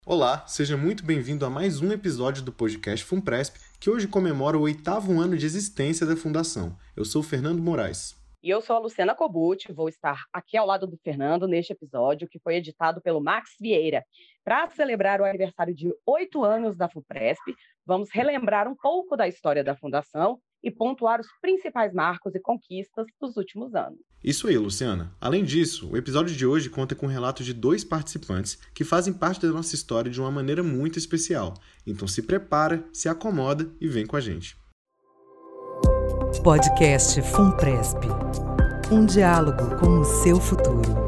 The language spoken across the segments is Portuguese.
Olá, seja muito bem-vindo a mais um episódio do podcast FUNPRESP, que hoje comemora o 8º ano de existência da Fundação. Eu sou o Fernando Moraes. E eu sou a Luciana Cobucci, vou estar aqui ao lado do Fernando neste episódio, que foi editado pelo Max Vieira. Para celebrar o aniversário de 8 anos da FUNPRESP, vamos relembrar um pouco da história da Fundação e pontuar os principais marcos e conquistas dos últimos anos. Isso aí, Luciana. Além disso, o episódio de hoje conta com o relato de 2 participantes que fazem parte da nossa história de uma maneira muito especial. Então se prepara, se acomoda e vem com a gente. Podcast FUNPRESP. Um diálogo com o seu futuro.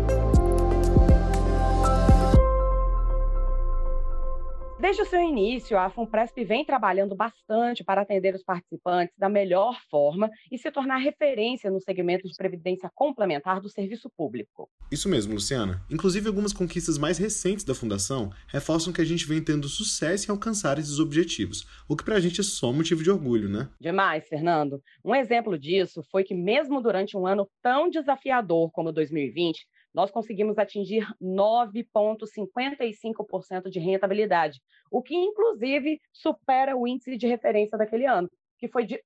Desde o seu início, a FUNPRESP vem trabalhando bastante para atender os participantes da melhor forma e se tornar referência no segmento de previdência complementar do serviço público. Isso mesmo, Luciana. Inclusive, algumas conquistas mais recentes da Fundação reforçam que a gente vem tendo sucesso em alcançar esses objetivos, o que pra gente é só motivo de orgulho, né? Demais, Fernando. Um exemplo disso foi que, mesmo durante um ano tão desafiador como 2020, nós conseguimos atingir 9,55% de rentabilidade, o que, inclusive, supera o índice de referência daquele ano, que foi de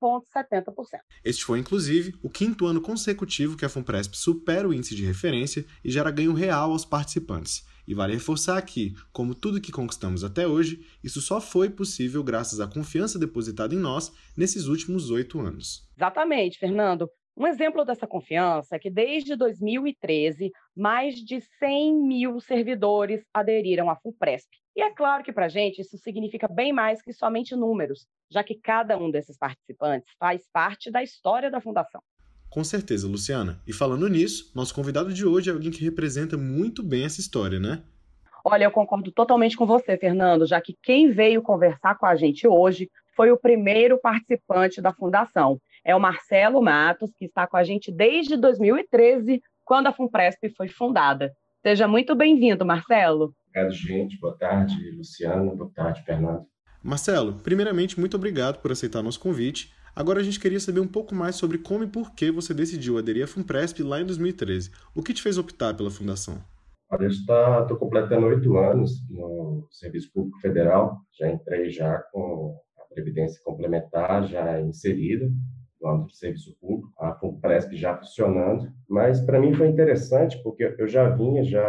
8,70%. Este foi, inclusive, o 5º ano consecutivo que a FUNPRESP supera o índice de referência e gera ganho real aos participantes. E vale reforçar aqui, como tudo que conquistamos até hoje, isso só foi possível graças à confiança depositada em nós nesses últimos 8 anos. Exatamente, Fernando. Um exemplo dessa confiança é que, desde 2013, mais de 100 mil servidores aderiram à FUNPRESP. E é claro que, para a gente, isso significa bem mais que somente números, já que cada um desses participantes faz parte da história da Fundação. Com certeza, Luciana. E falando nisso, nosso convidado de hoje é alguém que representa muito bem essa história, né? Olha, eu concordo totalmente com você, Fernando, já que quem veio conversar com a gente hoje foi o primeiro participante da Fundação. É o Marcelo Matos, que está com a gente desde 2013, quando a FUNPRESP foi fundada. Seja muito bem-vindo, Marcelo. Obrigado, gente. Boa tarde, Luciano. Boa tarde, Fernando. Marcelo, primeiramente, muito obrigado por aceitar nosso convite. Agora a gente queria saber um pouco mais sobre como e por que você decidiu aderir à FUNPRESP lá em 2013. O que te fez optar pela fundação? Olha, eu estou completando 8 anos no Serviço Público Federal. Já entrei já com a Previdência Complementar já inserida no âmbito do serviço público, a FUNPRESP já funcionando. Mas para mim foi interessante porque eu já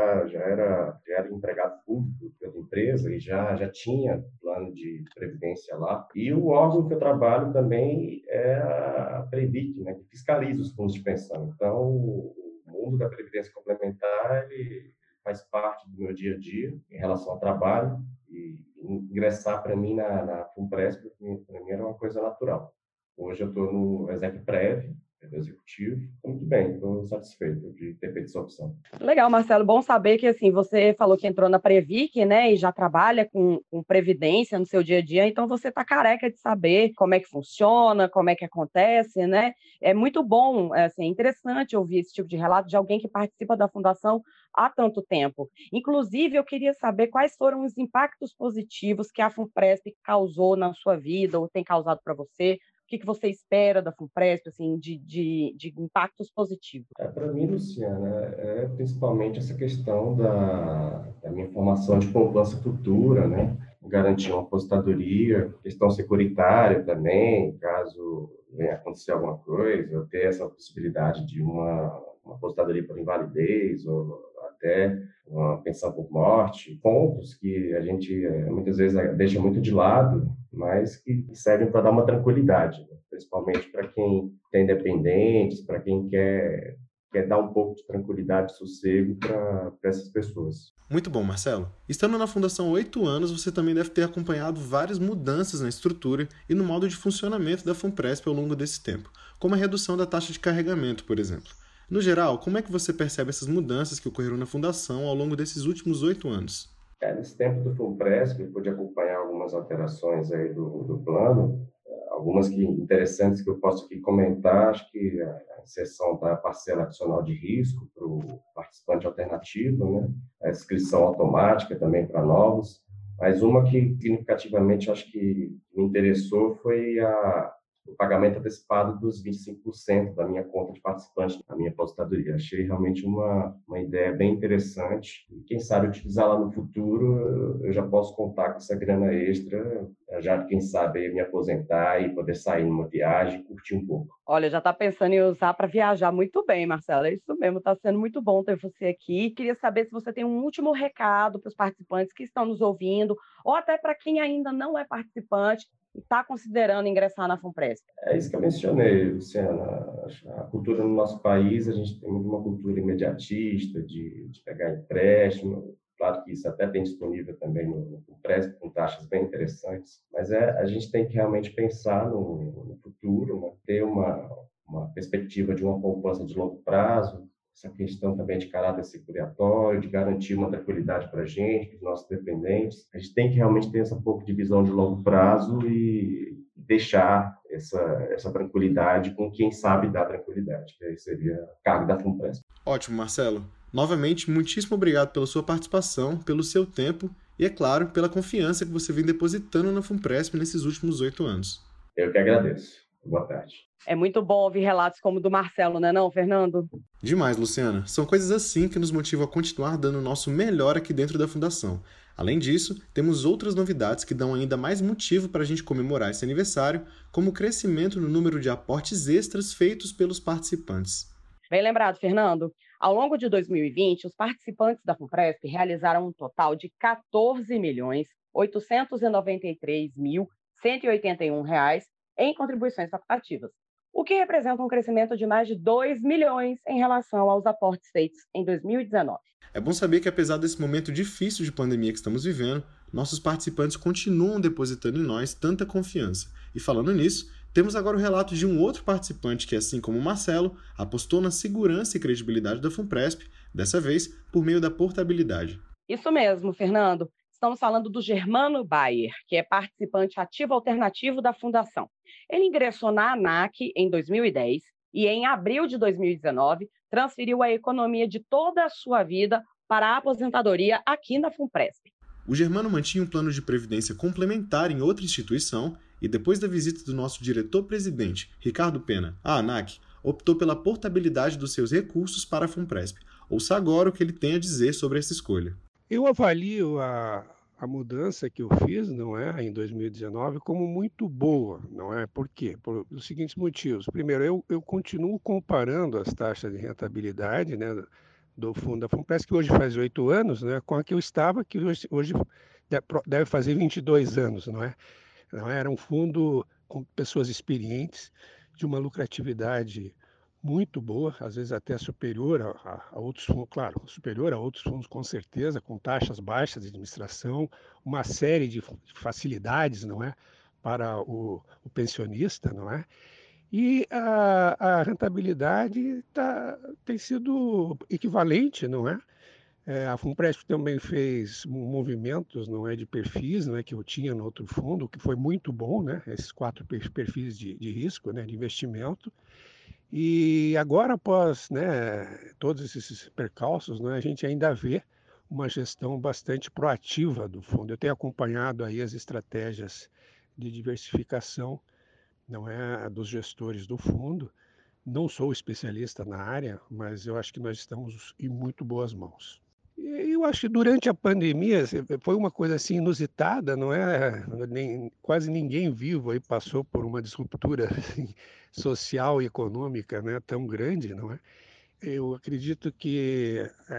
era empregado público pela empresa e já tinha plano de previdência lá. E o órgão que eu trabalho também é a Previc, né, que fiscaliza os fundos de pensão. Então, o mundo da previdência complementar ele faz parte do meu dia a dia em relação ao trabalho, e ingressar para mim na FUNPRESP, para mim era uma coisa natural. Hoje eu estou no Execprev, do Executivo, muito bem, estou satisfeito de ter feito essa opção. Legal, Marcelo, bom saber que assim, você falou que entrou na Previc, né, e já trabalha com previdência no seu dia a dia, então você está careca de saber como é que funciona, como é que acontece, né? É muito bom, assim, interessante ouvir esse tipo de relato de alguém que participa da Fundação há tanto tempo. Inclusive, eu queria saber quais foram os impactos positivos que a FUNPRESP causou na sua vida ou tem causado para você. O que você espera da FUNPRESP, assim, de impactos positivos? Para mim, Luciana, é principalmente essa questão da minha formação de poupança futura, né? Garantir uma aposentadoria, questão securitária também, caso venha acontecer alguma coisa, eu ter essa possibilidade de uma aposentadoria por invalidez ou até uma pensão por morte, pontos que a gente muitas vezes deixa muito de lado, mas que servem para dar uma tranquilidade, né? Principalmente para quem tem dependentes, para quem quer dar um pouco de tranquilidade e sossego para essas pessoas. Muito bom, Marcelo. Estando na Fundação há 8 anos, você também deve ter acompanhado várias mudanças na estrutura e no modo de funcionamento da FUNPRESP ao longo desse tempo, como a redução da taxa de carregamento, por exemplo. No geral, como é que você percebe essas mudanças que ocorreram na Fundação ao longo desses últimos 8 anos? Nesse tempo do FUNPRESP, eu pude acompanhar algumas alterações aí do plano, algumas interessantes que eu posso aqui comentar. Acho que a inserção da parcela adicional de risco para o participante alternativo, né? A inscrição automática também para novos, mas uma que significativamente acho que me interessou foi o pagamento antecipado dos 25% da minha conta de participante na minha aposentadoria. Achei realmente uma ideia bem interessante. E quem sabe utilizar lá no futuro, eu já posso contar com essa grana extra, já quem sabe eu me aposentar e poder sair numa viagem e curtir um pouco. Olha, já está pensando em usar para viajar muito bem, Marcelo. É isso mesmo, está sendo muito bom ter você aqui. Queria saber se você tem um último recado para os participantes que estão nos ouvindo, ou até para quem ainda não é participante e está considerando ingressar na FUNPRESP. É isso que eu mencionei, Luciana. A cultura no nosso país, a gente tem muito uma cultura imediatista, de pegar empréstimo. Claro que isso até tem disponível também no FUNPRESP, com taxas bem interessantes, mas a gente tem que realmente pensar no futuro, né? Ter uma perspectiva de uma poupança de longo prazo, essa questão também de caráter securitário, de garantir uma tranquilidade para a gente, para os nossos dependentes. A gente tem que realmente ter essa pouco de visão de longo prazo e deixar essa tranquilidade com quem sabe dar tranquilidade, que aí seria a cargo da FUNPRESP. Ótimo, Marcelo. Novamente, muitíssimo obrigado pela sua participação, pelo seu tempo e, é claro, pela confiança que você vem depositando na FUNPRESP nesses últimos 8 anos. Eu que agradeço. Boa tarde. É muito bom ouvir relatos como o do Marcelo, não é não, Fernando? Demais, Luciana. São coisas assim que nos motivam a continuar dando o nosso melhor aqui dentro da Fundação. Além disso, temos outras novidades que dão ainda mais motivo para a gente comemorar esse aniversário, como o crescimento no número de aportes extras feitos pelos participantes. Bem lembrado, Fernando. Ao longo de 2020, os participantes da FUNPRESP realizaram um total de R$ 14.893.181 em contribuições facultativas, o que representa um crescimento de mais de 2 milhões em relação aos aportes feitos em 2019. É bom saber que, apesar desse momento difícil de pandemia que estamos vivendo, nossos participantes continuam depositando em nós tanta confiança. E falando nisso, temos agora o relato de um outro participante que, assim como o Marcelo, apostou na segurança e credibilidade da FUNPRESP, dessa vez por meio da portabilidade. Isso mesmo, Fernando. Estamos falando do Germano Bayer, que é participante ativo alternativo da Fundação. Ele ingressou na ANAC em 2010 e, em abril de 2019, transferiu a economia de toda a sua vida para a aposentadoria aqui na FUNPRESP. O Germano mantinha um plano de previdência complementar em outra instituição e, depois da visita do nosso diretor-presidente, Ricardo Pena, à ANAC, optou pela portabilidade dos seus recursos para a FUNPRESP. Ouça agora o que ele tem a dizer sobre essa escolha. Eu avalio a mudança que eu fiz, não é, em 2019 como muito boa, não é? Por quê? Por os seguintes motivos. Primeiro, eu continuo comparando as taxas de rentabilidade, né, do fundo da FUNPRESP, que hoje faz 8 anos, né, com a que eu estava, que hoje deve fazer 22 anos, não é? Não é? Era um fundo com pessoas experientes, de uma lucratividade muito boa, às vezes até superior a outros fundos, claro, superior a outros fundos com certeza, com taxas baixas de administração, uma série de facilidades, não é, para o pensionista, não é? E a rentabilidade tem sido equivalente, não é? A FUNPRESP também fez movimentos, não é, de perfis, não é, que eu tinha no outro fundo, que foi muito bom, né? Esses 4 perfis de risco, né, de investimento. E agora, após, né, todos esses percalços, né, a gente ainda vê uma gestão bastante proativa do fundo. Eu tenho acompanhado aí as estratégias de diversificação, não é, dos gestores do fundo. Não sou especialista na área, mas eu acho que nós estamos em muito boas mãos. E eu acho que durante a pandemia foi uma coisa assim inusitada, não é? Quase ninguém vivo aí passou por uma disruptura assim, social e econômica, né, tão grande, não é? Eu acredito que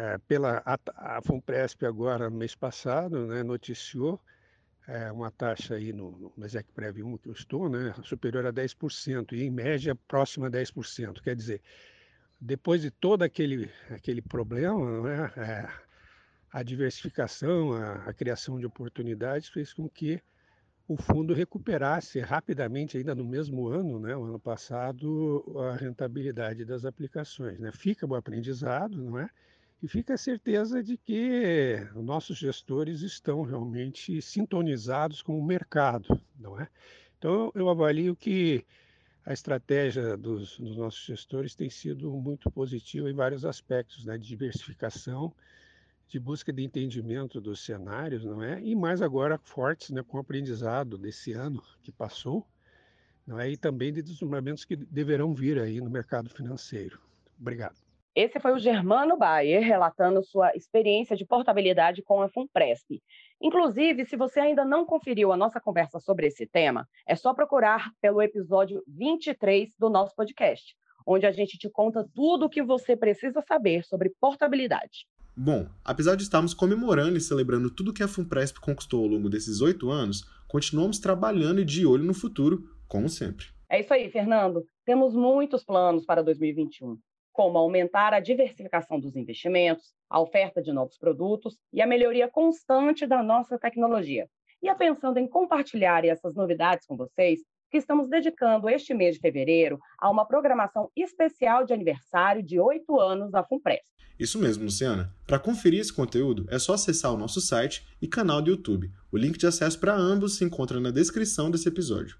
a FUNPRESP agora, no mês passado, né, noticiou uma taxa aí no Execprev 1 que eu estou, né, superior a 10% e em média próxima a 10%. Quer dizer, depois de todo aquele problema, não é? A diversificação, a criação de oportunidades fez com que o fundo recuperasse rapidamente, ainda no mesmo ano, né, o ano passado, a rentabilidade das aplicações, né? Fica o aprendizado, não é? E fica a certeza de que nossos gestores estão realmente sintonizados com o mercado, não é? Então, eu avalio que a estratégia dos nossos gestores tem sido muito positiva em vários aspectos, né, de diversificação, de busca de entendimento dos cenários, não é? E mais agora fortes, né, com o aprendizado desse ano que passou, não é? E também de desdobramentos que deverão vir aí no mercado financeiro. Obrigado. Esse foi o Germano Bayer relatando sua experiência de portabilidade com a FUNPRESP. Inclusive, se você ainda não conferiu a nossa conversa sobre esse tema, é só procurar pelo episódio 23 do nosso podcast, onde a gente te conta tudo o que você precisa saber sobre portabilidade. Bom, apesar de estarmos comemorando e celebrando tudo que a FUNPRESP conquistou ao longo desses 8 anos, continuamos trabalhando e de olho no futuro, como sempre. É isso aí, Fernando. Temos muitos planos para 2021. Como aumentar a diversificação dos investimentos, a oferta de novos produtos e a melhoria constante da nossa tecnologia. E é pensando em compartilhar essas novidades com vocês que estamos dedicando este mês de fevereiro a uma programação especial de aniversário de 8 anos da FUNPRESP. Isso mesmo, Luciana. Para conferir esse conteúdo, é só acessar o nosso site e canal do YouTube. O link de acesso para ambos se encontra na descrição desse episódio.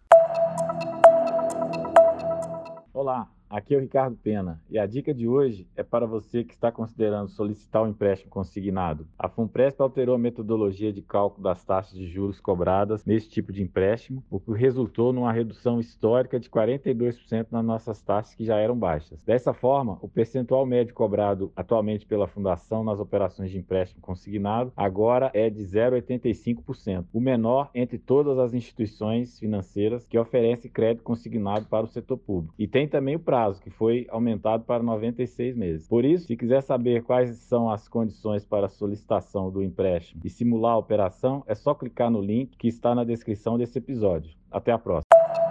Olá, aqui é o Ricardo Pena e a dica de hoje é para você que está considerando solicitar um empréstimo consignado. A FUNPRESP alterou a metodologia de cálculo das taxas de juros cobradas nesse tipo de empréstimo, o que resultou numa redução histórica de 42% nas nossas taxas que já eram baixas. Dessa forma, o percentual médio cobrado atualmente pela Fundação nas operações de empréstimo consignado agora é de 0,85%, o menor entre todas as instituições financeiras que oferecem crédito consignado para o setor público. E tem também o prazo, que foi aumentado para 96 meses. Por isso, se quiser saber quais são as condições para a solicitação do empréstimo e simular a operação, é só clicar no link que está na descrição desse episódio. Até a próxima.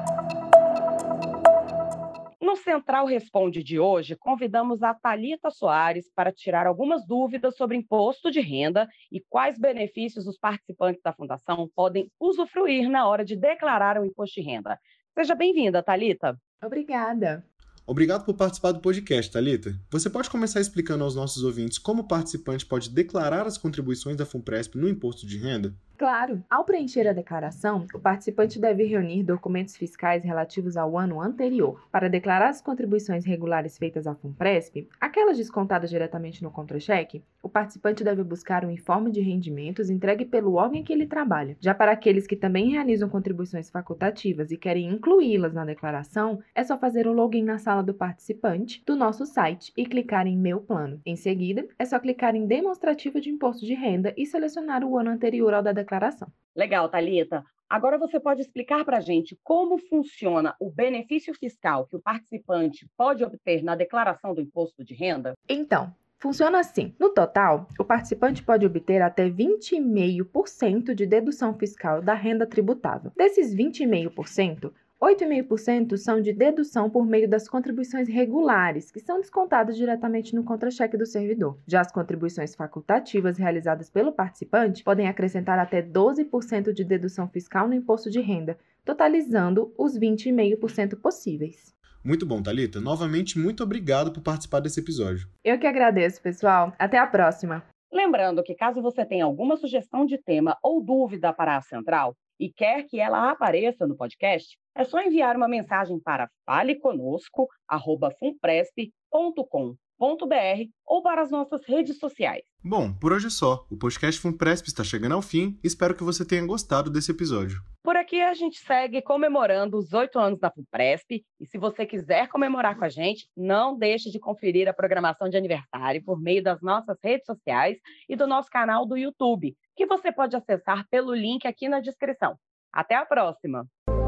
No Central Responde de hoje, convidamos a Thalita Soares para tirar algumas dúvidas sobre imposto de renda e quais benefícios os participantes da Fundação podem usufruir na hora de declarar o imposto de renda. Seja bem-vinda, Thalita. Obrigada. Obrigado por participar do podcast, Thalita. Você pode começar explicando aos nossos ouvintes como o participante pode declarar as contribuições da FUNPRESP no imposto de renda? Claro, ao preencher a declaração, o participante deve reunir documentos fiscais relativos ao ano anterior. Para declarar as contribuições regulares feitas à FUNPRESP, aquelas descontadas diretamente no contra-cheque, o participante deve buscar um informe de rendimentos entregue pelo órgão em que ele trabalha. Já para aqueles que também realizam contribuições facultativas e querem incluí-las na declaração, é só fazer o login na sala do participante do nosso site e clicar em Meu Plano. Em seguida, é só clicar em Demonstrativo de Imposto de Renda e selecionar o ano anterior ao da declaração. Legal, Thalita. Agora você pode explicar para a gente como funciona o benefício fiscal que o participante pode obter na declaração do imposto de renda? Então, funciona assim. No total, o participante pode obter até 20,5% de dedução fiscal da renda tributável. Desses 20,5%, 8,5% são de dedução por meio das contribuições regulares, que são descontadas diretamente no contra-cheque do servidor. Já as contribuições facultativas realizadas pelo participante podem acrescentar até 12% de dedução fiscal no imposto de renda, totalizando os 20,5% possíveis. Muito bom, Thalita. Novamente, muito obrigado por participar desse episódio. Eu que agradeço, pessoal. Até a próxima. Lembrando que caso você tenha alguma sugestão de tema ou dúvida para a Central e quer que ela apareça no podcast, é só enviar uma mensagem para faleconosco@funpresp.com.br ou para as nossas redes sociais. Bom, por hoje é só. O podcast FUNPRESP está chegando ao fim e espero que você tenha gostado desse episódio. Por aqui a gente segue comemorando os 8 anos da FUNPRESP e se você quiser comemorar com a gente, não deixe de conferir a programação de aniversário por meio das nossas redes sociais e do nosso canal do YouTube, que você pode acessar pelo link aqui na descrição. Até a próxima!